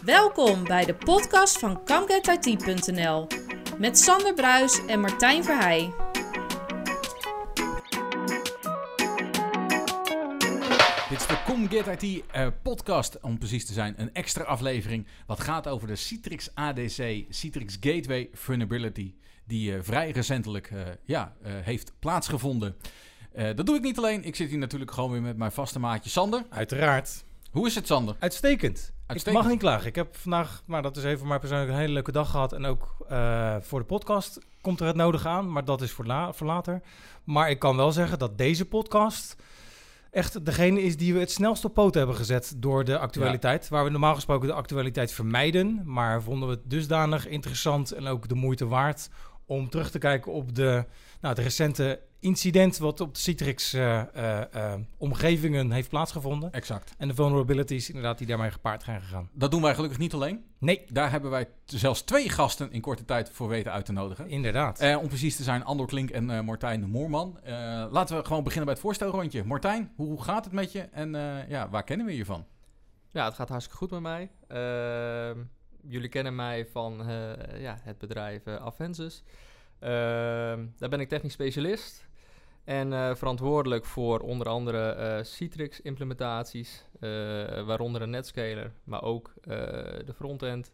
Welkom bij de podcast van ComeGetIT.nl met Sander Bruis en Martijn Verheij. Dit is de ComeGetIT podcast, om precies te zijn. Een extra aflevering wat gaat over de Citrix ADC, Citrix Gateway Vulnerability, die vrij recentelijk heeft plaatsgevonden. Dat doe ik niet alleen. Ik zit hier natuurlijk gewoon weer met mijn vaste maatje Sander. Uiteraard. Hoe is het, Sander? Uitstekend. Ik mag niet klagen. Ik heb vandaag, maar dat is even voor mij persoonlijk, een hele leuke dag gehad. En ook voor de podcast komt er het nodige aan, maar dat is voor later. Maar ik kan wel zeggen dat deze podcast echt degene is die we het snelst op poten hebben gezet door de actualiteit. Ja. Waar we normaal gesproken de actualiteit vermijden. Maar vonden we het dusdanig interessant en ook de moeite waard om terug te kijken op het recente incident wat op de Citrix omgevingen heeft plaatsgevonden. Exact. En de vulnerabilities inderdaad die daarmee gepaard zijn gegaan. Dat doen wij gelukkig niet alleen. Nee. Daar hebben wij zelfs 2 gasten in korte tijd voor weten uit te nodigen. Inderdaad. Om precies te zijn, Andor Klink en Martijn Moorman. Laten we gewoon beginnen bij het voorstelrondje. Martijn, hoe gaat het met je en waar kennen we je van? Ja, het gaat hartstikke goed met mij. Jullie kennen mij van het bedrijf Avensis. Daar ben ik technisch specialist en verantwoordelijk voor onder andere Citrix implementaties, waaronder een Netscaler, maar ook de frontend,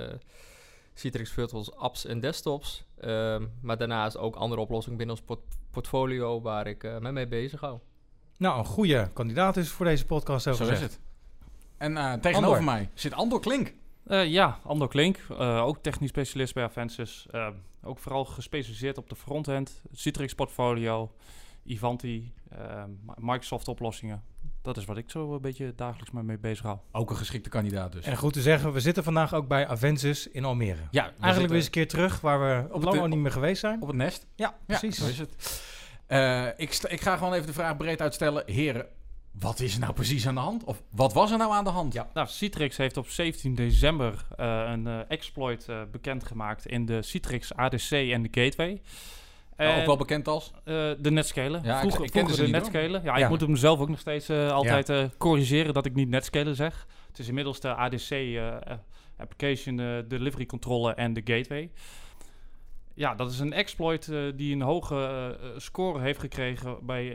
Citrix Virtual Apps en Desktops, maar daarnaast ook andere oplossingen binnen ons portfolio waar ik me mee bezig hou. Nou, een goede kandidaat is voor deze podcast. Zo is het. En tegenover mij zit Andor Klink. Andor Klink, ook technisch specialist bij Avensis. Ook vooral gespecialiseerd op de frontend, Citrix portfolio, Ivanti, Microsoft oplossingen. Dat is wat ik zo een beetje dagelijks mee bezig hou. Ook een geschikte kandidaat dus. En goed te zeggen, we zitten vandaag ook bij Avensis in Almere. Ja, eigenlijk weer eens een keer terug waar we op lang al niet meer geweest zijn. Op het nest. Ja, precies. Ja, zo is het. Ik ga gewoon even de vraag breed uitstellen. Heren, wat is er nou precies aan de hand? Of wat was er nou aan de hand? Ja. Nou, Citrix heeft op 17 december een exploit bekendgemaakt in de Citrix ADC en de Gateway. Ook wel bekend als? De Netscaler. Ja, vroeger de Netscaler. Ja, ja, ik moet hem zelf ook nog steeds altijd corrigeren dat ik niet Netscaler zeg. Het is inmiddels de ADC, Application Delivery Controller en de Gateway. Ja, dat is een exploit die een hoge score heeft gekregen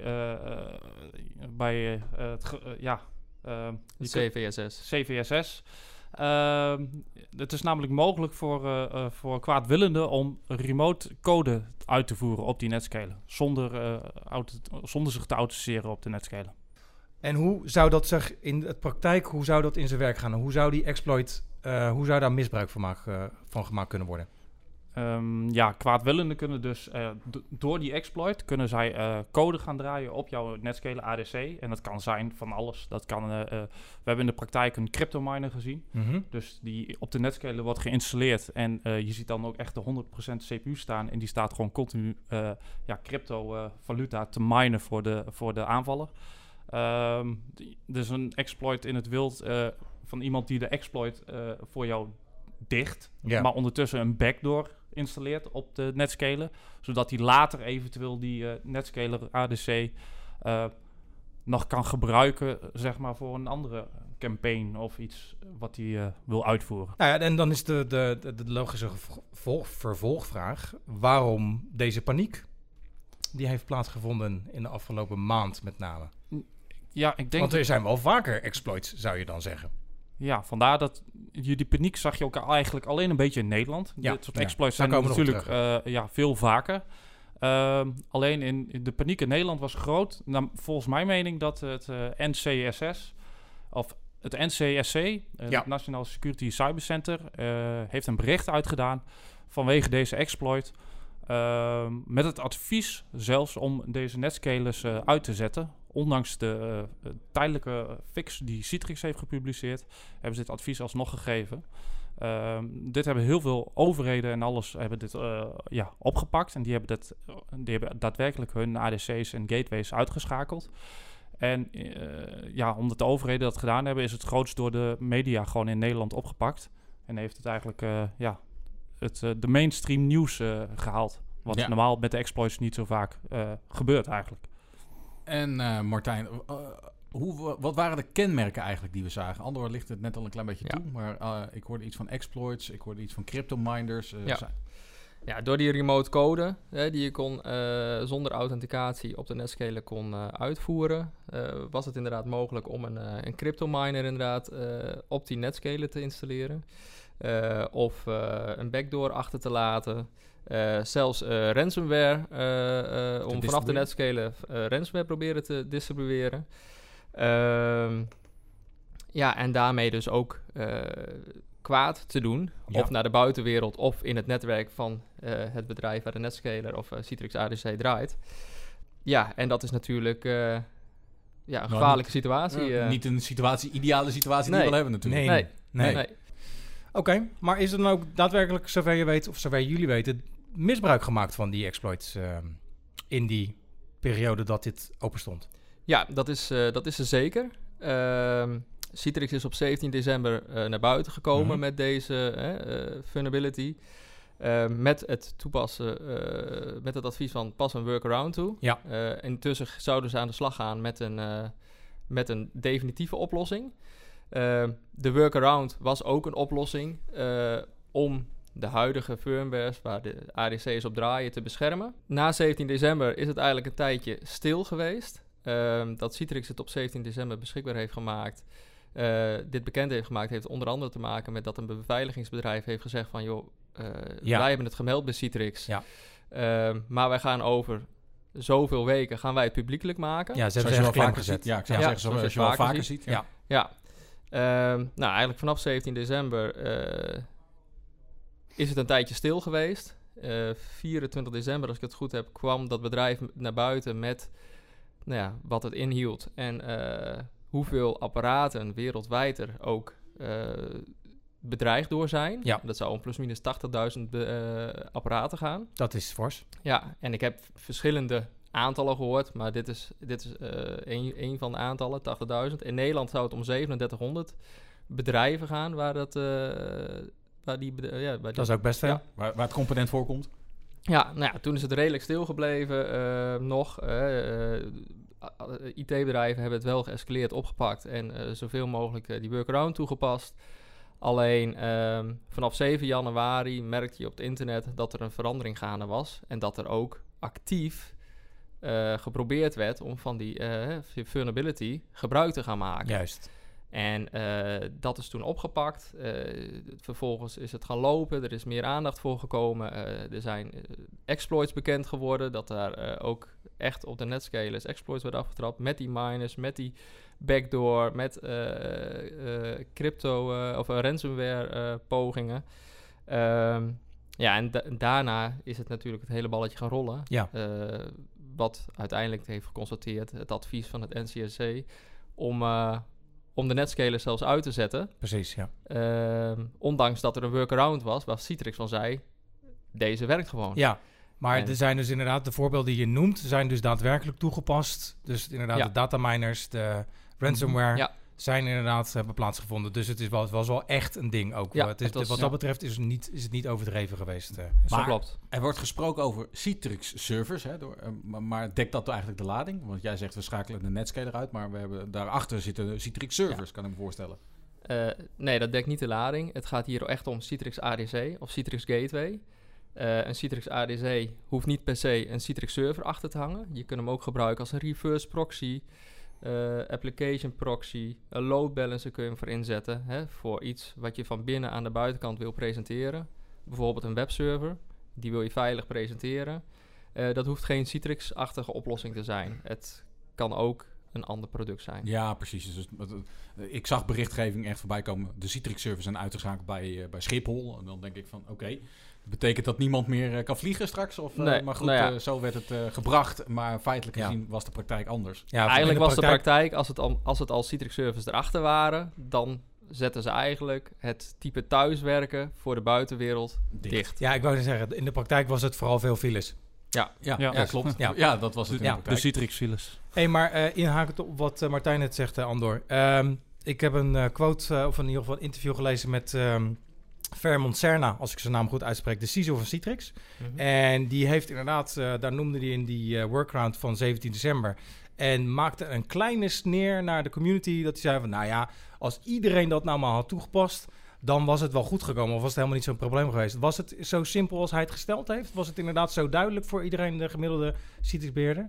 bij CVSS. CVSS. Het is namelijk mogelijk voor kwaadwillenden om remote code uit te voeren op die Netscaler. Zonder zich te authenticeren op de Netscaler. En hoe zou dat zich in de praktijk, hoe zou dat in zijn werk gaan? Hoe zou die exploit, hoe zou daar misbruik van gemaakt kunnen worden? Kwaadwillenden kunnen dus door die exploit kunnen zij code gaan draaien op jouw Netscaler ADC. En dat kan zijn van alles. Dat kan, we hebben in de praktijk een cryptominer gezien. Mm-hmm. Dus die op de Netscaler wordt geïnstalleerd. En je ziet dan ook echt de 100% CPU staan. En die staat gewoon continu crypto valuta te minen voor de aanvaller. Dus een exploit in het wild van iemand die de exploit voor jou dicht, maar ondertussen een backdoor installeert op de Netscaler, zodat hij later eventueel die Netscaler ADC nog kan gebruiken, zeg maar, voor een andere campaign of iets wat hij wil uitvoeren. Nou ja, en dan is de logische vervolgvraag, waarom deze paniek? Die heeft plaatsgevonden in de afgelopen maand met name. Ja, ik denk. Want er zijn wel vaker exploits, zou je dan zeggen. Ja, vandaar dat die paniek zag je ook eigenlijk alleen een beetje in Nederland. Ja, dit soort exploits zijn natuurlijk veel vaker. Alleen in de paniek in Nederland was groot. Nou, volgens mijn mening dat het NCSS of het NCSC, het National Security Cyber Center, heeft een bericht uitgedaan vanwege deze exploit. Met het advies zelfs om deze Netscalers uit te zetten. Ondanks de tijdelijke fix die Citrix heeft gepubliceerd, hebben ze dit advies alsnog gegeven. Dit hebben heel veel overheden en alles hebben dit opgepakt. En die hebben daadwerkelijk hun ADC's en gateways uitgeschakeld. En omdat de overheden dat gedaan hebben, is het grootst door de media gewoon in Nederland opgepakt. En heeft het eigenlijk de mainstream nieuws gehaald. Wat normaal met de exploits niet zo vaak gebeurt eigenlijk. En Martijn, Wat waren de kenmerken eigenlijk die we zagen? Andor ligt het net al een klein beetje toe, maar ik hoorde iets van exploits, ik hoorde iets van cryptominers. Ja, door die remote code die je kon zonder authenticatie op de Netscaler kon uitvoeren, was het inderdaad mogelijk om een cryptominer inderdaad op die Netscaler te installeren. Of een backdoor achter te laten. Zelfs ransomware om vanaf de Netscaler ransomware proberen te distribueren. En daarmee dus ook kwaad te doen. Ja. Of naar de buitenwereld of in het netwerk van het bedrijf waar de Netscaler of Citrix ADC draait. Ja, en dat is natuurlijk een gevaarlijke situatie. Niet een ideale situatie die we wel hebben natuurlijk. Nee. Oké, maar is er dan ook daadwerkelijk, zover je weet, of zover jullie weten, misbruik gemaakt van die exploits in die periode dat dit open stond? Ja, dat is er zeker. Citrix is op 17 december naar buiten gekomen met deze vulnerability. Met het toepassen, met het advies van pas een workaround toe. Ja. Intussen zouden ze aan de slag gaan met een definitieve oplossing. De workaround was ook een oplossing om de huidige firmwares waar de ADC's op draaien te beschermen. Na 17 december is het eigenlijk een tijdje stil geweest. Dat Citrix het op 17 december beschikbaar heeft gemaakt. Dit bekend heeft gemaakt, heeft onder andere te maken met dat een beveiligingsbedrijf heeft gezegd van joh, wij hebben het gemeld bij Citrix. Ja. Maar wij gaan over zoveel weken gaan wij het publiekelijk maken. Ja, ze hebben het wel vaker gezet. Ja, ik zou zeggen, zoals je wel vaker ziet. Ja. Eigenlijk vanaf 17 december is het een tijdje stil geweest. 24 december, als ik het goed heb, kwam dat bedrijf naar buiten met wat het inhield. En hoeveel apparaten wereldwijd er ook bedreigd door zijn. Ja. Dat zou om plus-minus 80.000 apparaten gaan. Dat is fors. Ja, en ik heb verschillende aantallen gehoord, maar dit is een van de aantallen, 80.000. In Nederland zou het om 3700 bedrijven gaan waar dat... dat is ook best veel. Ja. Waar het component voorkomt. Ja, toen is het redelijk stilgebleven nog. IT-bedrijven hebben het wel geëscaleerd opgepakt en zoveel mogelijk die workaround toegepast. Alleen vanaf 7 januari merkte je op het internet dat er een verandering gaande was en dat er ook actief geprobeerd werd om van die vulnerability gebruik te gaan maken. Juist. En dat is toen opgepakt. Vervolgens is het gaan lopen. Er is meer aandacht voor gekomen. Er zijn exploits bekend geworden. Dat daar ook echt op de Netscalers exploits werden afgetrapt. Met die miners, met die backdoor, met crypto of ransomware pogingen. En daarna is het natuurlijk het hele balletje gaan rollen. Ja. Wat uiteindelijk heeft geconstateerd het advies van het NCSC om de Netscaler zelfs uit te zetten. Precies, ja. Ondanks dat er een workaround was, waar Citrix van zei, deze werkt gewoon. Ja, maar er zijn dus inderdaad, de voorbeelden die je noemt, zijn dus daadwerkelijk toegepast. Dus inderdaad de dataminers, de ransomware zijn inderdaad hebben plaatsgevonden. Dus het was wel echt een ding ook. Ja, wat dat betreft is het niet overdreven geweest. Maar klopt. Er wordt gesproken over Citrix servers, maar dekt dat eigenlijk de lading? Want jij zegt we schakelen de Netscaler uit, maar we hebben daarachter zitten Citrix servers, kan ik me voorstellen. Nee, dat dekt niet de lading. Het gaat hier echt om Citrix ADC of Citrix Gateway. Een Citrix ADC hoeft niet per se een Citrix server achter te hangen. Je kunt hem ook gebruiken als een reverse proxy, application proxy, een load balancer kun je hem voor inzetten. Voor iets wat je van binnen aan de buitenkant wil presenteren. Bijvoorbeeld een webserver, die wil je veilig presenteren. Dat hoeft geen Citrix-achtige oplossing te zijn. Het kan ook een ander product zijn. Ja, precies. Dus, ik zag berichtgeving echt voorbij komen. De Citrix-servers zijn uitgeschakeld bij Schiphol. En dan denk ik van, oké, betekent dat niemand meer kan vliegen straks? Of, nee, maar goed, zo werd het gebracht. Maar feitelijk gezien was de praktijk anders. Ja, eigenlijk was de praktijk, als het al Citrix-servers erachter waren, dan zetten ze eigenlijk het type thuiswerken voor de buitenwereld dicht. Ja, ik wou zeggen, in de praktijk was het vooral veel files. Ja, klopt. Ja, dat was het in de praktijk. De Citrix-files. Hey, maar inhakend op wat Martijn net zegt, Andor. Ik heb een quote, of in ieder geval een interview gelezen met Vermont Serna, als ik zijn naam goed uitspreek, de CISO van Citrix. Mm-hmm. En die heeft inderdaad, daar noemde hij in die workaround van 17 december En maakte een kleine sneer naar de community. Dat hij zei van, nou ja, als iedereen dat nou maar had toegepast, dan was het wel goed gekomen. Of was het helemaal niet zo'n probleem geweest. Was het zo simpel als hij het gesteld heeft? Was het inderdaad zo duidelijk voor iedereen, de gemiddelde Citrix-beheerder?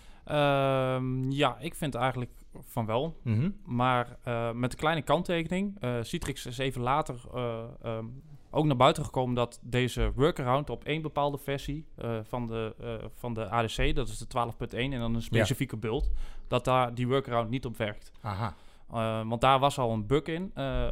Ja, ik vind eigenlijk van wel. Mm-hmm. Maar met een kleine kanttekening. Citrix is even later ook naar buiten gekomen dat deze workaround op één bepaalde versie van de ADC, dat is de 12.1 en dan een specifieke build, dat daar die workaround niet op werkt. Aha. Want daar was al een bug in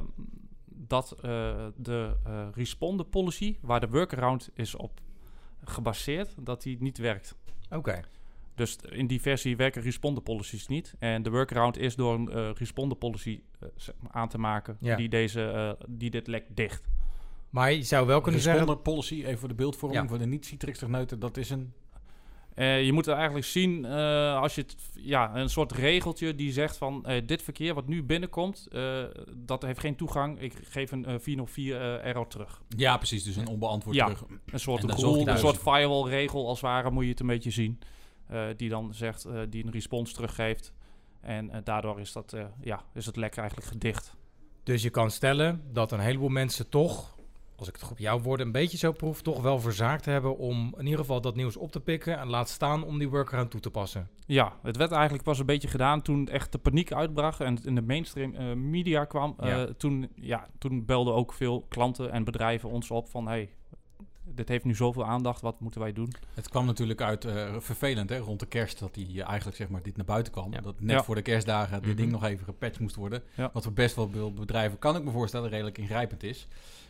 dat de responder policy, waar de workaround is op gebaseerd, dat die niet werkt. Oké. Dus in die versie werken responder policies niet. En de workaround is door een responder policy aan te maken die dit lek dicht. Maar je zou wel kunnen zeggen... Responder policy, even voor de beeldvorming, voor de niet-Citrix-techneuten, dat is een... Je moet het eigenlijk zien als je het... Ja, een soort regeltje die zegt van... dit verkeer wat nu binnenkomt, dat heeft geen toegang. Ik geef een 404 error terug. Ja, precies. Dus een onbeantwoord terug. Een soort rule, een soort firewall-regel als het ware moet je het een beetje zien. Die dan zegt, die een respons teruggeeft. En daardoor is is het lek eigenlijk gedicht. Dus je kan stellen dat een heleboel mensen toch, als ik het op jouw woorden een beetje zo proef, toch wel verzaakt hebben om in ieder geval dat nieuws op te pikken en laat staan om die workaround toe te passen. Ja, het werd eigenlijk pas een beetje gedaan toen echt de paniek uitbracht en het in de mainstream media kwam. Toen belden ook veel klanten en bedrijven ons op van hey, dit heeft nu zoveel aandacht, wat moeten wij doen? Het kwam natuurlijk uit vervelend, hè, rond de kerst, dat die eigenlijk zeg maar dit naar buiten kwam. Ja. Dat net voor de kerstdagen dit ding nog even gepatcht moest worden. Ja. Wat voor best wel veel bedrijven, kan ik me voorstellen, redelijk ingrijpend is.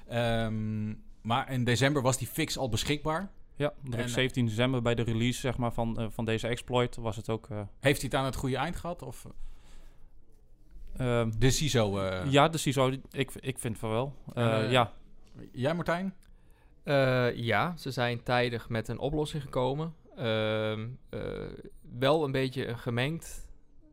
Maar in december was die fix al beschikbaar. Ja, 17 december bij de release zeg maar, van deze exploit was het ook... Heeft hij het aan het goede eind gehad? Of? De CISO? Ja, de CISO, ik vind van wel. Ja. Jij Martijn? Ja, ze zijn tijdig met een oplossing gekomen. Wel een beetje een gemengd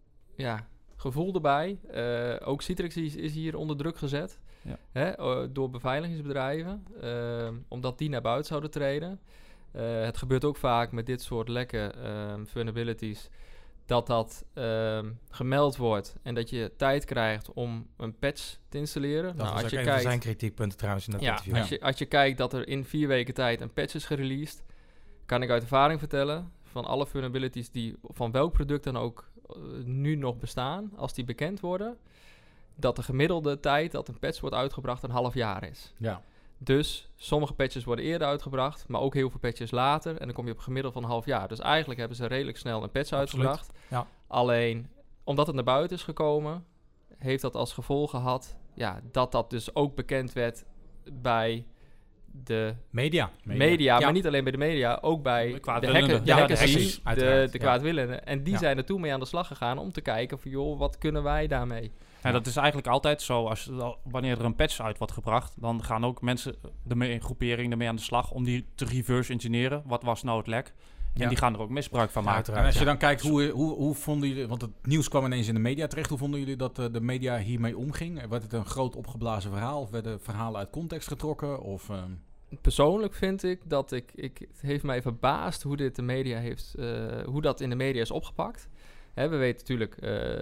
gevoel erbij. Ook Citrix is hier onder druk gezet door beveiligingsbedrijven, omdat die naar buiten zouden treden. Het gebeurt ook vaak met dit soort lekke vulnerabilities dat gemeld wordt en dat je tijd krijgt om een patch te installeren. Dat was ook een van zijn kritiekpunten trouwens in dat interview. Als je kijkt dat er in 4 weken tijd een patch is gereleased, kan ik uit ervaring vertellen, van alle vulnerabilities die van welk product dan ook nu nog bestaan, als die bekend worden, dat de gemiddelde tijd dat een patch wordt uitgebracht een half jaar is. Ja. Dus sommige patches worden eerder uitgebracht, maar ook heel veel patches later. En dan kom je op een gemiddelde van een half jaar. Dus eigenlijk hebben ze redelijk snel een patch uitgebracht. Ja. Alleen, omdat het naar buiten is gekomen, heeft dat als gevolg gehad dat dus ook bekend werd bij de media. Maar niet alleen bij de media, ook bij de hackers, de kwaadwillenden. En die zijn er toen mee aan de slag gegaan om te kijken van joh, wat kunnen wij daarmee? Ja, dat is eigenlijk altijd zo. Wanneer er een patch uit wordt gebracht, dan gaan ook mensen, de groepering ermee aan de slag om die te reverse engineeren. Wat was nou het lek? En die gaan er ook misbruik van maken. En als je dan kijkt, hoe vonden jullie, want het nieuws kwam ineens in de media terecht, hoe vonden jullie dat de media hiermee omging? Werd het een groot opgeblazen verhaal of werden verhalen uit context getrokken? Of, Persoonlijk vind ik dat het heeft mij verbaasd hoe dit de media heeft, hoe dat in de media is opgepakt. We weten natuurlijk,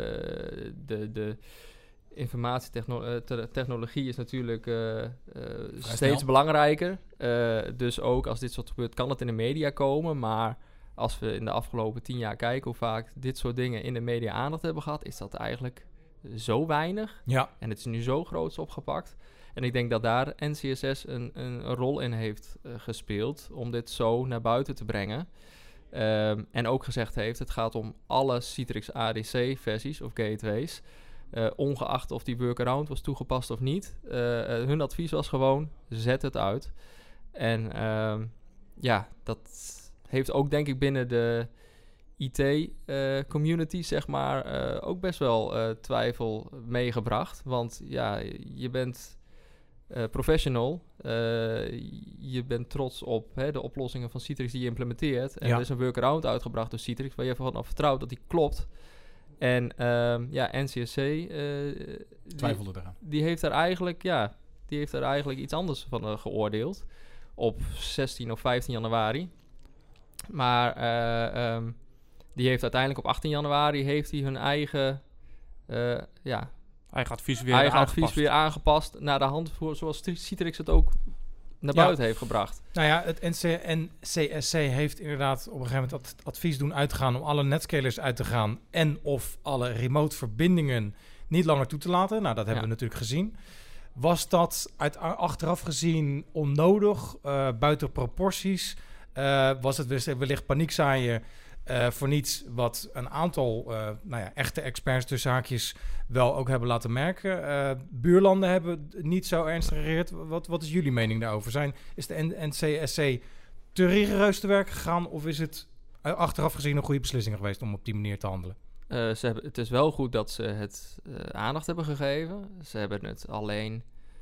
de informatietechnologie is natuurlijk steeds belangrijker. Dus ook als dit soort gebeurt, kan het in de media komen. Maar als we in de afgelopen 10 jaar kijken hoe vaak dit soort dingen in de media aandacht hebben gehad, is dat eigenlijk zo weinig. Ja. En het is nu zo groots opgepakt. En ik denk dat daar NCSS een rol in heeft gespeeld om dit zo naar buiten te brengen. En ook gezegd heeft, het gaat om alle Citrix ADC-versies of gateways. Ongeacht of die workaround was toegepast of niet. Hun advies was gewoon, zet het uit. En dat heeft ook denk ik binnen de IT-community, zeg maar, ook best wel twijfel meegebracht. Want ja, je bent professional. Je bent trots op de oplossingen van Citrix die je implementeert. En er is een workaround uitgebracht door Citrix waar je van vertrouwt dat die klopt. En NCSC twijfelde eraan. Die heeft daar eigenlijk iets anders van geoordeeld op 16 of 15 januari. Maar die heeft uiteindelijk op 18 januari heeft hij hun eigen advies weer aangepast naar de hand zoals Citrix het ook naar buiten heeft gebracht. Nou ja, het NCSC heeft inderdaad op een gegeven moment het advies doen uitgaan om alle netscalers uit te gaan en of alle remote verbindingen niet langer toe te laten. Nou, dat hebben we natuurlijk gezien. Was dat achteraf gezien onnodig, buiten proporties? Was het wellicht paniekzaaien voor niets wat een aantal echte experts tussen haakjes wel ook hebben laten merken? Buurlanden hebben niet zo ernstig gereageerd. Wat is jullie mening daarover? Is de NCSC te rigoureus te werk gegaan of is het achteraf gezien een goede beslissing geweest om op die manier te handelen? Het is wel goed dat ze het aandacht hebben gegeven. Ze hebben het alleen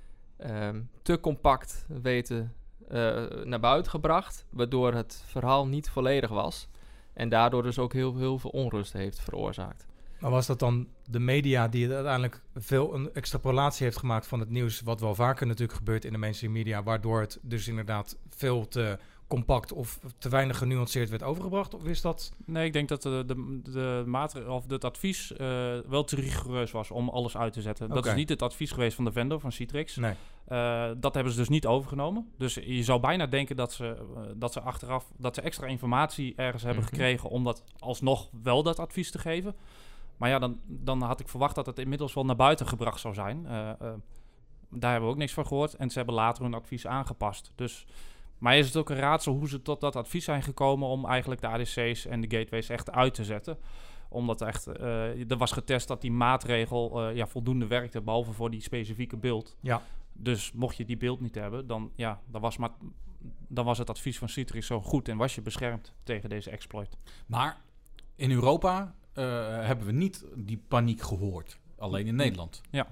te compact weten naar buiten gebracht, waardoor het verhaal niet volledig was. En daardoor dus ook heel veel onrust heeft veroorzaakt. Maar was dat dan de media die uiteindelijk een extrapolatie heeft gemaakt van het nieuws, wat wel vaker natuurlijk gebeurt in de mainstream media, waardoor het dus inderdaad veel te compact of te weinig genuanceerd werd overgebracht? Of is dat... Nee, ik denk dat de maatregel of het advies wel te rigoureus was om alles uit te zetten. Dat is niet het advies geweest van de vendor, van Citrix. Nee. Dat hebben ze dus niet overgenomen. Dus je zou bijna denken dat ze achteraf dat ze extra informatie ergens hebben gekregen om dat alsnog wel dat advies te geven. Maar ja, dan had ik verwacht dat het inmiddels wel naar buiten gebracht zou zijn. Daar hebben we ook niks van gehoord. En ze hebben later hun advies aangepast. Dus... Maar is het ook een raadsel hoe ze tot dat advies zijn gekomen om eigenlijk de ADC's en de gateways echt uit te zetten? Omdat er was getest dat die maatregel voldoende werkte, behalve voor die specifieke beeld. Ja. Dus mocht je die beeld niet hebben, dan was het advies van Citrix zo goed en was je beschermd tegen deze exploit. Maar in Europa hebben we niet die paniek gehoord. Alleen in Nederland. Ja.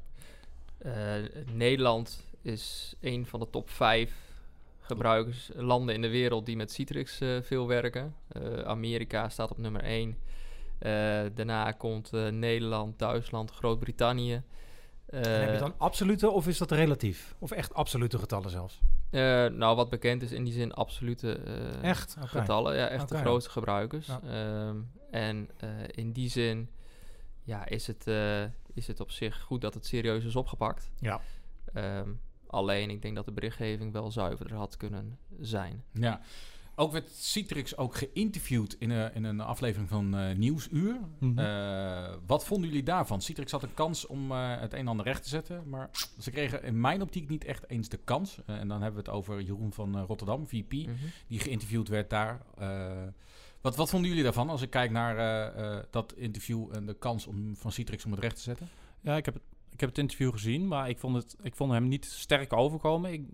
Nederland is een van de top 5 landen in de wereld die met Citrix veel werken. Amerika staat op nummer 1. Daarna komt Nederland, Duitsland, Groot-Brittannië. Heb je dan absolute of is dat relatief? Of echt absolute getallen zelfs? Wat bekend is in die zin absolute getallen. Ja, echt de grootste gebruikers. Ja. In die zin is het op zich goed dat het serieus is opgepakt. Ja. Alleen, ik denk dat de berichtgeving wel zuiverder had kunnen zijn. Ja. Ook werd Citrix ook geïnterviewd in een aflevering van Nieuwsuur. Wat vonden jullie daarvan? Citrix had een kans om het een en ander recht te zetten. Maar ze kregen in mijn optiek niet echt eens de kans. En dan hebben we het over Jeroen van Rotterdam, VP. Die geïnterviewd werd daar. Wat vonden jullie daarvan als ik kijk naar dat interview en de kans van Citrix om het recht te zetten? Ja, ik heb het interview gezien, maar ik vond hem niet sterk overkomen.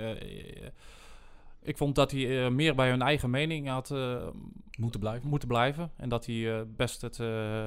Ik vond dat hij meer bij hun eigen mening had moeten blijven. En dat hij best het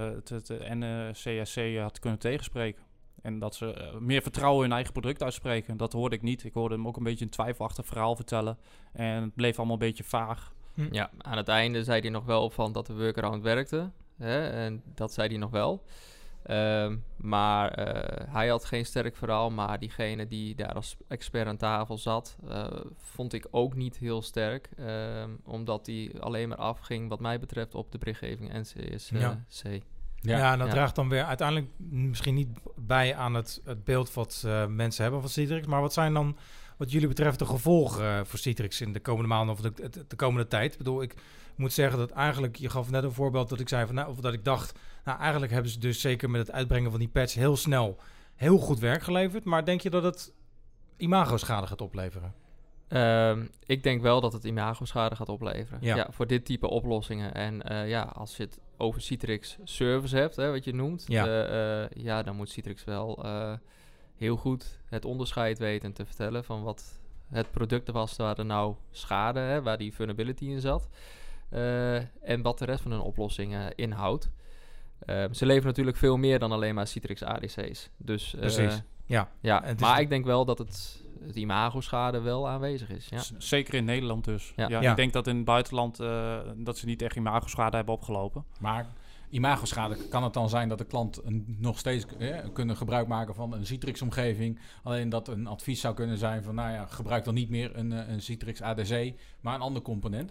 NCSC had kunnen tegenspreken. En dat ze meer vertrouwen in hun eigen product uitspreken. Dat hoorde ik niet. Ik hoorde hem ook een beetje een twijfelachtig verhaal vertellen. En het bleef allemaal een beetje vaag. Ja, aan het einde zei hij nog wel van dat de workaround werkte. Hè? En dat zei hij nog wel. Maar hij had geen sterk verhaal, maar diegene die daar als expert aan tafel zat, vond ik ook niet heel sterk. Omdat hij alleen maar afging, wat mij betreft, op de berichtgeving NCSC. Ja, en dat draagt dan weer uiteindelijk misschien niet bij aan het beeld wat mensen hebben van Citrix. Maar wat zijn dan, wat jullie betreft, de gevolgen voor Citrix in de komende maanden of de komende tijd? Ik bedoel, ik moet zeggen dat eigenlijk, je gaf net een voorbeeld dat ik zei van, of dat ik dacht, eigenlijk hebben ze dus zeker met het uitbrengen van die patch heel snel heel goed werk geleverd. Maar denk je dat het imago-schade gaat opleveren? Ik denk wel dat het imago-schade gaat opleveren. Ja, voor dit type oplossingen. En als je het over Citrix service hebt, wat je noemt, dan moet Citrix wel heel goed het onderscheid weten te vertellen van wat het product was waar er nou schade, waar die vulnerability in zat. En wat de rest van hun oplossingen inhoudt. Ze leveren natuurlijk veel meer dan alleen maar Citrix ADC's. Dus, precies. Maar ik denk wel dat het imago-schade wel aanwezig is. Ja. Zeker in Nederland dus. Ja. Ik denk dat in het buitenland dat ze niet echt imago-schade hebben opgelopen. Maar imago-schade, kan het dan zijn dat de klant nog steeds kunnen gebruik maken van een Citrix-omgeving? Alleen dat een advies zou kunnen zijn van, gebruik dan niet meer een Citrix ADC, maar een ander component?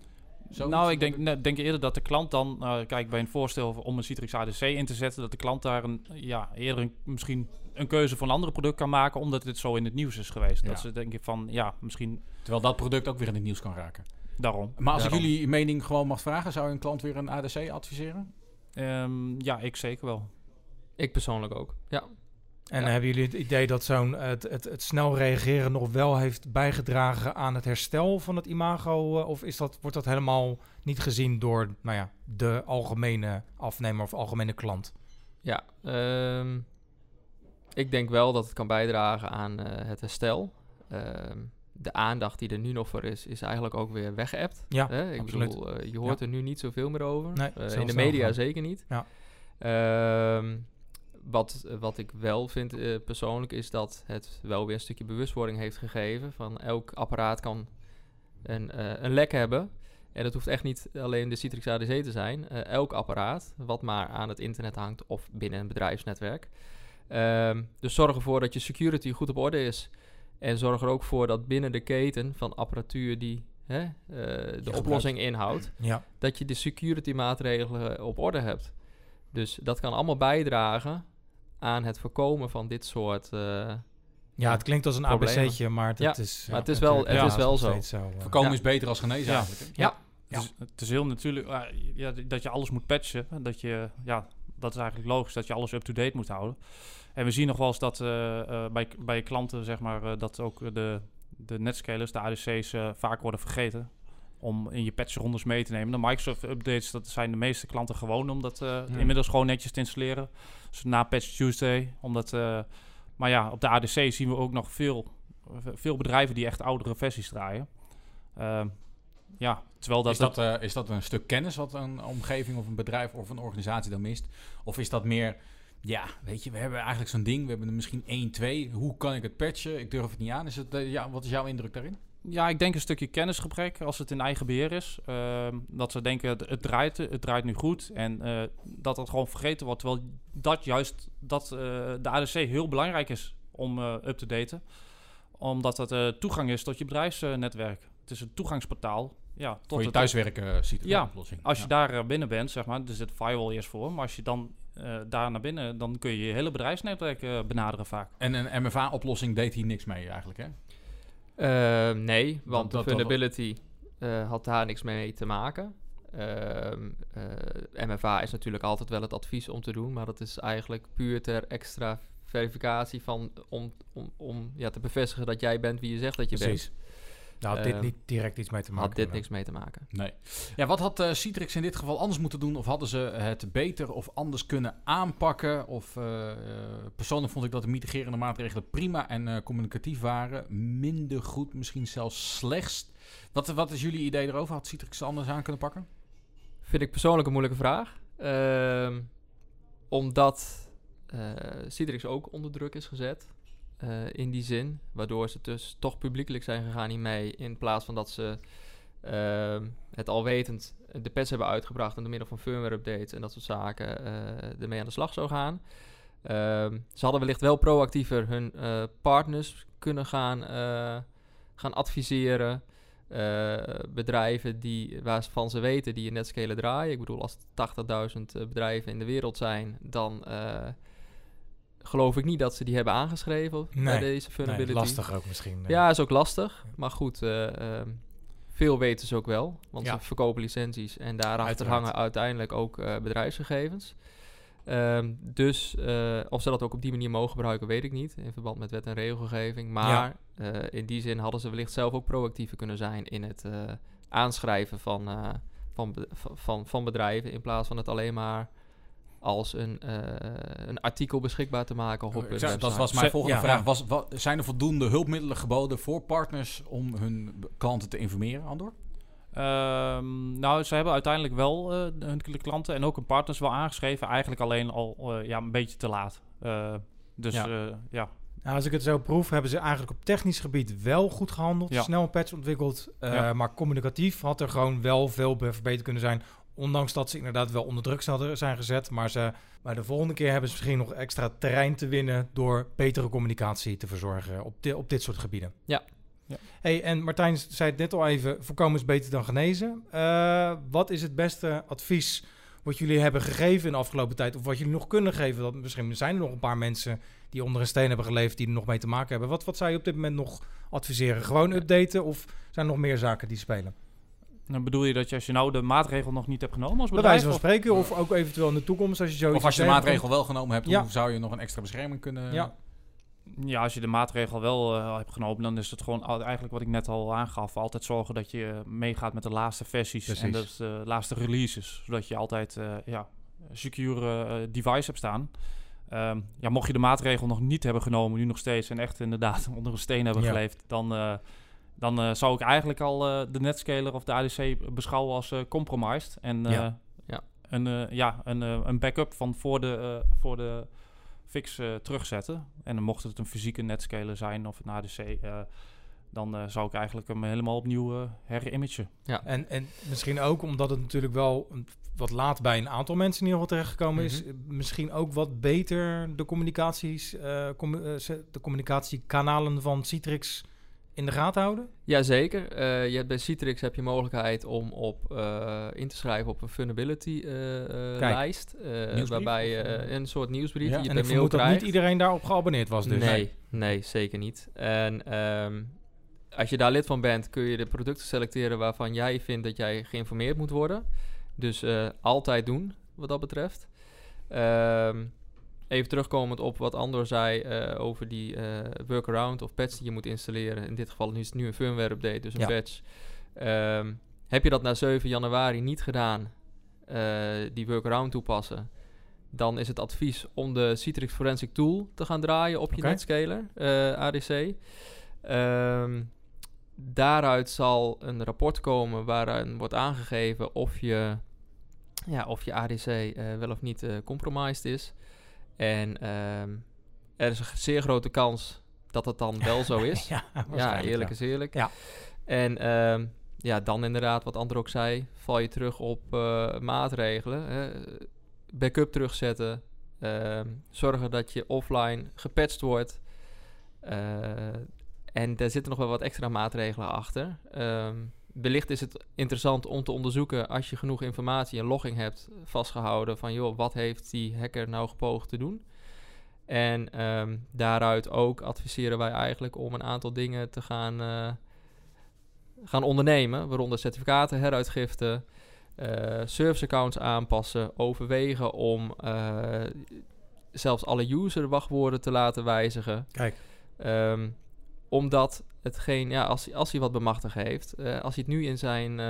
Nou, ik denk eerder dat de klant dan... kijk, bij een voorstel om een Citrix ADC in te zetten... dat de klant daar eerder misschien een keuze voor een andere product kan maken... omdat het zo in het nieuws is geweest. Ja. Dat ze denken van, misschien... Terwijl dat product ook weer in het nieuws kan raken. Daarom. Maar als ik jullie mening gewoon mag vragen... zou je een klant weer een ADC adviseren? Ja, ik zeker wel. Ik persoonlijk ook, ja. En hebben jullie het idee dat het snel reageren nog wel heeft bijgedragen aan het herstel van het imago? Of wordt dat helemaal niet gezien door de algemene afnemer of algemene klant? Ja, ik denk wel dat het kan bijdragen aan het herstel. De aandacht die er nu nog voor is eigenlijk ook weer weggeëpt. Ja, ik bedoel, je hoort er nu niet zoveel meer over. Nee, in de media zeker niet. Ja. Wat ik wel vind persoonlijk is dat het wel weer een stukje bewustwording heeft gegeven. Van elk apparaat kan een lek hebben. En dat hoeft echt niet alleen de Citrix ADC te zijn. Elk apparaat wat maar aan het internet hangt of binnen een bedrijfsnetwerk. Dus zorg ervoor dat je security goed op orde is. En zorg er ook voor dat binnen de keten van apparatuur die de oplossing inhoudt... dat je de security maatregelen op orde hebt. Dus dat kan allemaal bijdragen aan het voorkomen van dit soort het klinkt als een ABC'tje, maar het is... maar het is wel zo. Voorkomen is beter als genezen eigenlijk. Ja. Het is heel natuurlijk dat je alles moet patchen. Dat is eigenlijk logisch dat je alles up-to-date moet houden. En we zien nog wel eens dat bij klanten, zeg maar, dat ook de netscalers, de ADC's, vaak worden vergeten om in je patchrondes mee te nemen. De Microsoft-updates, dat zijn de meeste klanten gewoon om dat inmiddels gewoon netjes te installeren. Dus na Patch Tuesday. Maar op de ADC zien we ook nog veel bedrijven die echt oudere versies draaien. Terwijl is dat een stuk kennis wat een omgeving of een bedrijf of een organisatie dan mist? Of is dat meer... Ja, weet je, we hebben eigenlijk zo'n ding. We hebben er misschien 1, 2. Hoe kan ik het patchen? Ik durf het niet aan. Wat is jouw indruk daarin? Ja, ik denk een stukje kennisgebrek als het in eigen beheer is. Dat ze denken, het draait nu goed. En dat het gewoon vergeten wordt. Terwijl de ADC heel belangrijk is om up te daten. Omdat het toegang is tot je bedrijfsnetwerk. Het is een toegangsportaal. Ja, voor je thuiswerken ziet het een oplossing. Als je daar binnen bent, zeg maar, er zit firewall eerst voor. Maar als je dan daar naar binnen, dan kun je je hele bedrijfsnetwerk benaderen vaak. En een MFA-oplossing deed hier niks mee eigenlijk, hè? Nee, want de vulnerability had daar niks mee te maken. MFA is natuurlijk altijd wel het advies om te doen, maar dat is eigenlijk puur ter extra verificatie van om te bevestigen dat jij bent wie je zegt dat je bent. Nou, had dit niet direct iets mee te maken? Had dit niks mee te maken. Nee. Ja, wat had Citrix in dit geval anders moeten doen? Of hadden ze het beter of anders kunnen aanpakken? Of persoonlijk vond ik dat de mitigerende maatregelen prima en communicatief waren. Minder goed, misschien zelfs slechtst. Wat is jullie idee erover? Had Citrix anders aan kunnen pakken? Vind ik persoonlijk een moeilijke vraag. Omdat Citrix ook onder druk is gezet. In die zin, waardoor ze dus toch publiekelijk zijn gegaan hiermee, in plaats van dat ze het al wetend de patch hebben uitgebracht en door middel van firmware updates en dat soort zaken ermee aan de slag zou gaan. Ze hadden wellicht wel proactiever hun partners kunnen gaan adviseren. Bedrijven waarvan ze weten die een netscaler draaien. Ik bedoel, als er 80.000 bedrijven in de wereld zijn, dan geloof ik niet dat ze die hebben aangeschreven bij deze vulnerability. Nee, lastig ook misschien. Ja, is ook lastig. Maar goed, veel weten ze ook wel. Want ze verkopen licenties en daarachter hangen uiteindelijk ook bedrijfsgegevens. Dus of ze dat ook op die manier mogen gebruiken, weet ik niet. In verband met wet en regelgeving. Maar in die zin hadden ze wellicht zelf ook proactiever kunnen zijn in het aanschrijven van bedrijven. In plaats van het alleen maar als een artikel beschikbaar te maken op hun website. Dat was mijn volgende vraag. Zijn er voldoende hulpmiddelen geboden voor partners om hun klanten te informeren, Andor? Ze hebben uiteindelijk wel hun klanten en ook hun partners wel aangeschreven. Eigenlijk alleen al een beetje te laat. Nou, als ik het zo proef, hebben ze eigenlijk op technisch gebied wel goed gehandeld. Ja. Snel een patch ontwikkeld. Maar communicatief had er gewoon wel veel verbeterd kunnen zijn. Ondanks dat ze inderdaad wel onder druk zijn gezet. Maar de volgende keer hebben ze misschien nog extra terrein te winnen door betere communicatie te verzorgen op dit soort gebieden. Ja. Ja. Hey, en Martijn zei het net al even, voorkomen is beter dan genezen. Wat is het beste advies wat jullie hebben gegeven in de afgelopen tijd, of wat jullie nog kunnen geven? Dat misschien zijn er nog een paar mensen die onder een steen hebben geleefd, die er nog mee te maken hebben. Wat zou je op dit moment nog adviseren? Gewoon updaten, of zijn er nog meer zaken die spelen? Dan bedoel je dat als je nou de maatregel nog niet hebt genomen als Bij bedrijf? wijze van spreken, of ook eventueel in de toekomst als je zoiets... Of als je de tegenkomt. maatregel wel genomen hebt, Ja. hoe zou je nog een extra bescherming kunnen... Ja, als je de maatregel wel hebt genomen, dan is het gewoon eigenlijk wat ik net al aangaf. Altijd zorgen dat je meegaat met de laatste versies. Precies. En dus de laatste releases. Zodat je altijd secure device hebt staan. Mocht je de maatregel nog niet hebben genomen, nu nog steeds, en echt inderdaad onder een steen hebben geleefd, dan zou ik eigenlijk al de Netscaler of de ADC beschouwen als compromised. En een backup van voor de fix terugzetten. En dan mocht het een fysieke Netscaler zijn of een ADC, dan zou ik eigenlijk hem helemaal opnieuw herimagen. Ja. En misschien ook omdat het natuurlijk wel wat laat bij een aantal mensen in ieder geval terechtgekomen is, misschien ook wat beter de communicatiekanalen van Citrix in de gaten houden? Jazeker. Je hebt bij Citrix heb je mogelijkheid om in te schrijven op een vulnerability lijst. Waarbij een soort nieuwsbrief die je en per ik mail vermoed dat krijgt. niet iedereen daarop geabonneerd was dus. Nee, zeker niet. En als je daar lid van bent, kun je de producten selecteren waarvan jij vindt dat jij geïnformeerd moet worden. Dus altijd doen, wat dat betreft. Even terugkomend op wat Andor zei over die workaround of patch die je moet installeren. In dit geval is het nu een firmware update, dus een patch. Heb je dat na 7 januari niet gedaan, die workaround toepassen, dan is het advies om de Citrix Forensic Tool te gaan draaien op je Netscaler, ADC. Daaruit zal een rapport komen waarin wordt aangegeven of je ADC wel of niet compromised is. En er is een zeer grote kans dat het dan wel zo is. Eerlijk is eerlijk. Ja. En dan inderdaad, wat Andor ook zei, val je terug op maatregelen. Backup terugzetten. Zorgen dat je offline gepatcht wordt. En daar zitten nog wel wat extra maatregelen achter. Wellicht is het interessant om te onderzoeken, als je genoeg informatie en logging hebt vastgehouden, van joh, wat heeft die hacker nou gepoogd te doen? En daaruit ook adviseren wij eigenlijk om een aantal dingen te gaan ondernemen, waaronder certificaten heruitgifte, service accounts aanpassen, overwegen om zelfs alle user wachtwoorden te laten wijzigen. Kijk. Omdat hetgeen, als hij wat bemachtigen heeft, als hij het nu in zijn...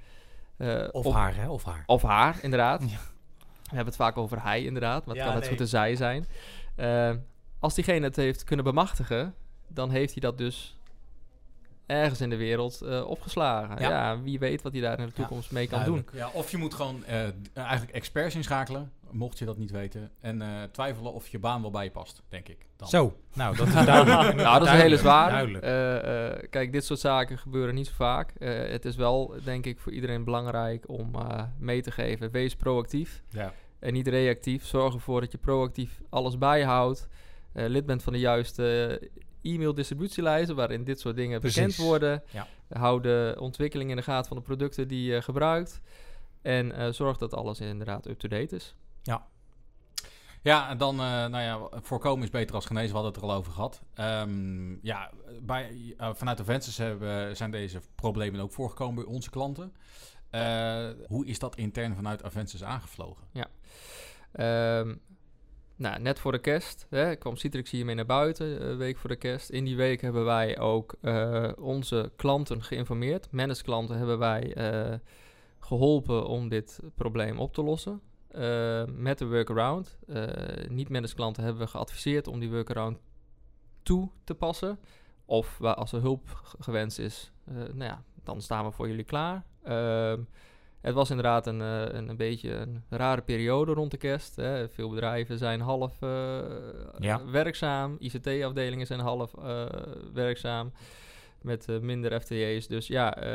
Of haar, inderdaad. Ja. We hebben het vaak over hij, inderdaad, maar het kan net zo goed een zij zijn. Als diegene het heeft kunnen bemachtigen, dan heeft hij dat dus ergens in de wereld opgeslagen. Ja, wie weet wat hij daar in de toekomst mee kan doen. Ja, of je moet gewoon eigenlijk experts inschakelen, mocht je dat niet weten. En twijfelen of je baan wel bij je past, denk ik. Dan. Zo, nou dat is duidelijk. Nou, dat is een hele zware. Kijk, dit soort zaken gebeuren niet zo vaak. Het is wel, denk ik, voor iedereen belangrijk om mee te geven. Wees proactief en niet reactief. Zorg ervoor dat je proactief alles bijhoudt. Lid bent van de juiste e-mail distributielijsten waarin dit soort dingen bekend worden. Ja. Hou de ontwikkeling in de gaten van de producten die je gebruikt. En zorg dat alles inderdaad up-to-date is. Ja. Ja, en dan, voorkomen is beter als genezen. We hadden het er al over gehad. Vanuit Aventus zijn deze problemen ook voorgekomen bij onze klanten. Hoe is dat intern vanuit Aventus aangevlogen? Ja. Net voor de kerst kwam Citrix hiermee naar buiten, een week voor de kerst. In die week hebben wij ook onze klanten geïnformeerd. Managed klanten hebben wij geholpen om dit probleem op te lossen. Met de workaround. Niet-managed klanten hebben we geadviseerd om die workaround toe te passen. Of als er hulp gewenst is, dan staan we voor jullie klaar. Het was inderdaad een beetje een rare periode rond de kerst. Hè. Veel bedrijven zijn half werkzaam. ICT-afdelingen zijn half werkzaam. Met minder FTE's. Dus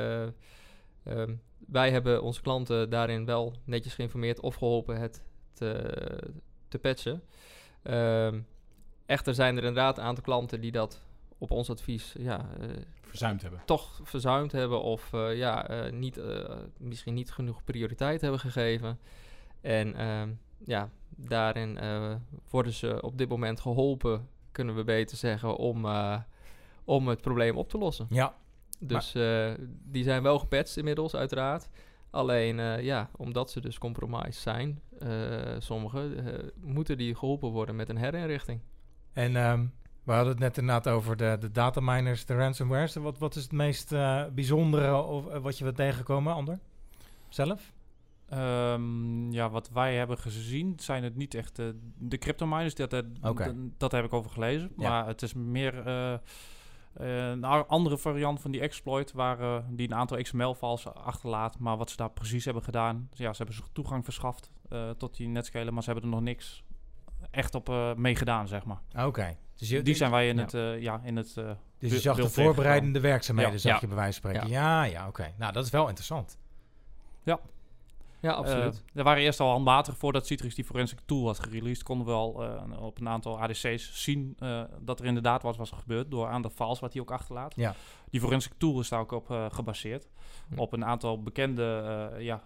wij hebben onze klanten daarin wel netjes geïnformeerd of geholpen het te patchen. Echter zijn er inderdaad een aantal klanten die dat op ons advies verzuimd hebben of misschien niet genoeg prioriteit hebben gegeven. En daarin worden ze op dit moment geholpen, kunnen we beter zeggen, om het probleem op te lossen. Ja. Dus die zijn wel gepatcht inmiddels, uiteraard. Alleen, omdat ze dus compromised zijn, sommigen, moeten die geholpen worden met een herinrichting. En we hadden het net inderdaad over de dataminers, de ransomwares. Wat is het meest bijzondere wat je bent tegengekomen, Ander? Zelf? Wat wij hebben gezien zijn het niet echt de cryptominers. Dat heb ik over gelezen. Ja. Maar het is meer een andere variant van die exploit die een aantal XML-files achterlaat. Maar wat ze daar precies hebben gedaan, ze hebben zich toegang verschaft tot die netscaler, maar ze hebben er nog niks echt op meegedaan, zeg maar. Oké. Dus die zijn wij in het dus je zag de voorbereidende werkzaamheden, zag je bij wijze van spreken. Ja, oké. Nou, dat is wel interessant. Ja. Ja, absoluut. Er waren eerst al handmatig, voordat Citrix die forensic tool had gereleased, konden we al op een aantal ADC's zien dat er inderdaad wat was gebeurd door aan de files wat hij ook achterlaat. Ja. Die forensic tool is daar ook op gebaseerd. Ja. Op een aantal bekende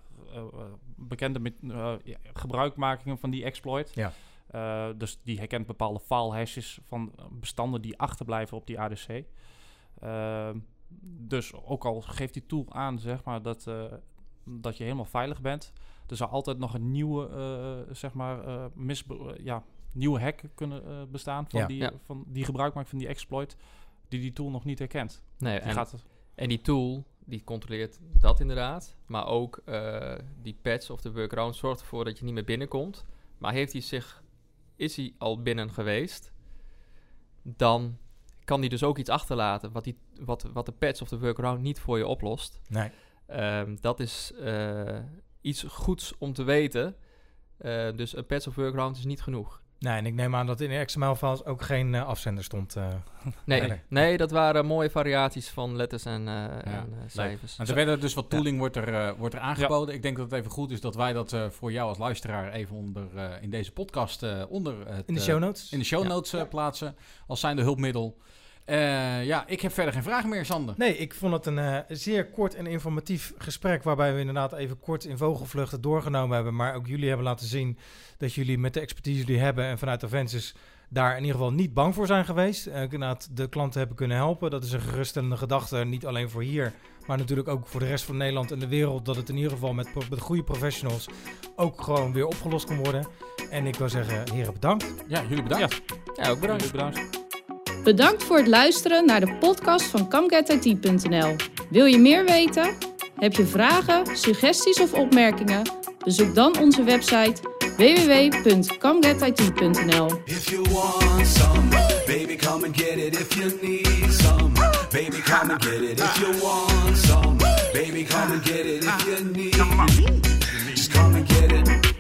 gebruikmakingen van die exploit. Ja. Dus die herkent bepaalde file hashes van bestanden die achterblijven op die ADC. Dus ook al geeft die tool aan, zeg maar, dat je helemaal veilig bent. Er zou altijd nog een nieuwe, nieuwe hack kunnen bestaan van die gebruik maakt van die exploit, die tool nog niet herkent. Nee, en die tool, die controleert dat inderdaad, maar ook die patch of de workaround zorgt ervoor dat je niet meer binnenkomt. Maar is hij al binnen geweest, dan kan hij dus ook iets achterlaten wat de patch of de workaround niet voor je oplost. Nee. Dat is iets goeds om te weten. Dus een patch of workaround is niet genoeg. Nee, en ik neem aan dat in de XML-files ook geen afzender stond. Nee, dat waren mooie variaties van letters en cijfers. En ze werden dus wat tooling wordt er aangeboden. Ja. Ik denk dat het even goed is dat wij dat voor jou als luisteraar even in deze podcast in de show notes, plaatsen. Als zijnde hulpmiddel. Ik heb verder geen vragen meer, Sander. Nee, ik vond het een zeer kort en informatief gesprek, waarbij we inderdaad even kort in vogelvluchten doorgenomen hebben, maar ook jullie hebben laten zien dat jullie met de expertise die jullie hebben en vanuit Aventus daar in ieder geval niet bang voor zijn geweest. Inderdaad de klanten hebben kunnen helpen. Dat is een geruststellende gedachte, niet alleen voor hier, maar natuurlijk ook voor de rest van Nederland en de wereld, dat het in ieder geval met goede professionals ook gewoon weer opgelost kan worden. En ik wil zeggen, heren, bedankt. Ja, jullie bedankt. Ja, ook bedankt. Bedankt voor het luisteren naar de podcast van ComeGetIT.nl. Wil je meer weten? Heb je vragen, suggesties of opmerkingen? Bezoek dan onze website www.comegetit.nl. If you want some, baby come and get it. If you need some, baby come and get it. If you want some, baby come and get it. If you need, just come and get it.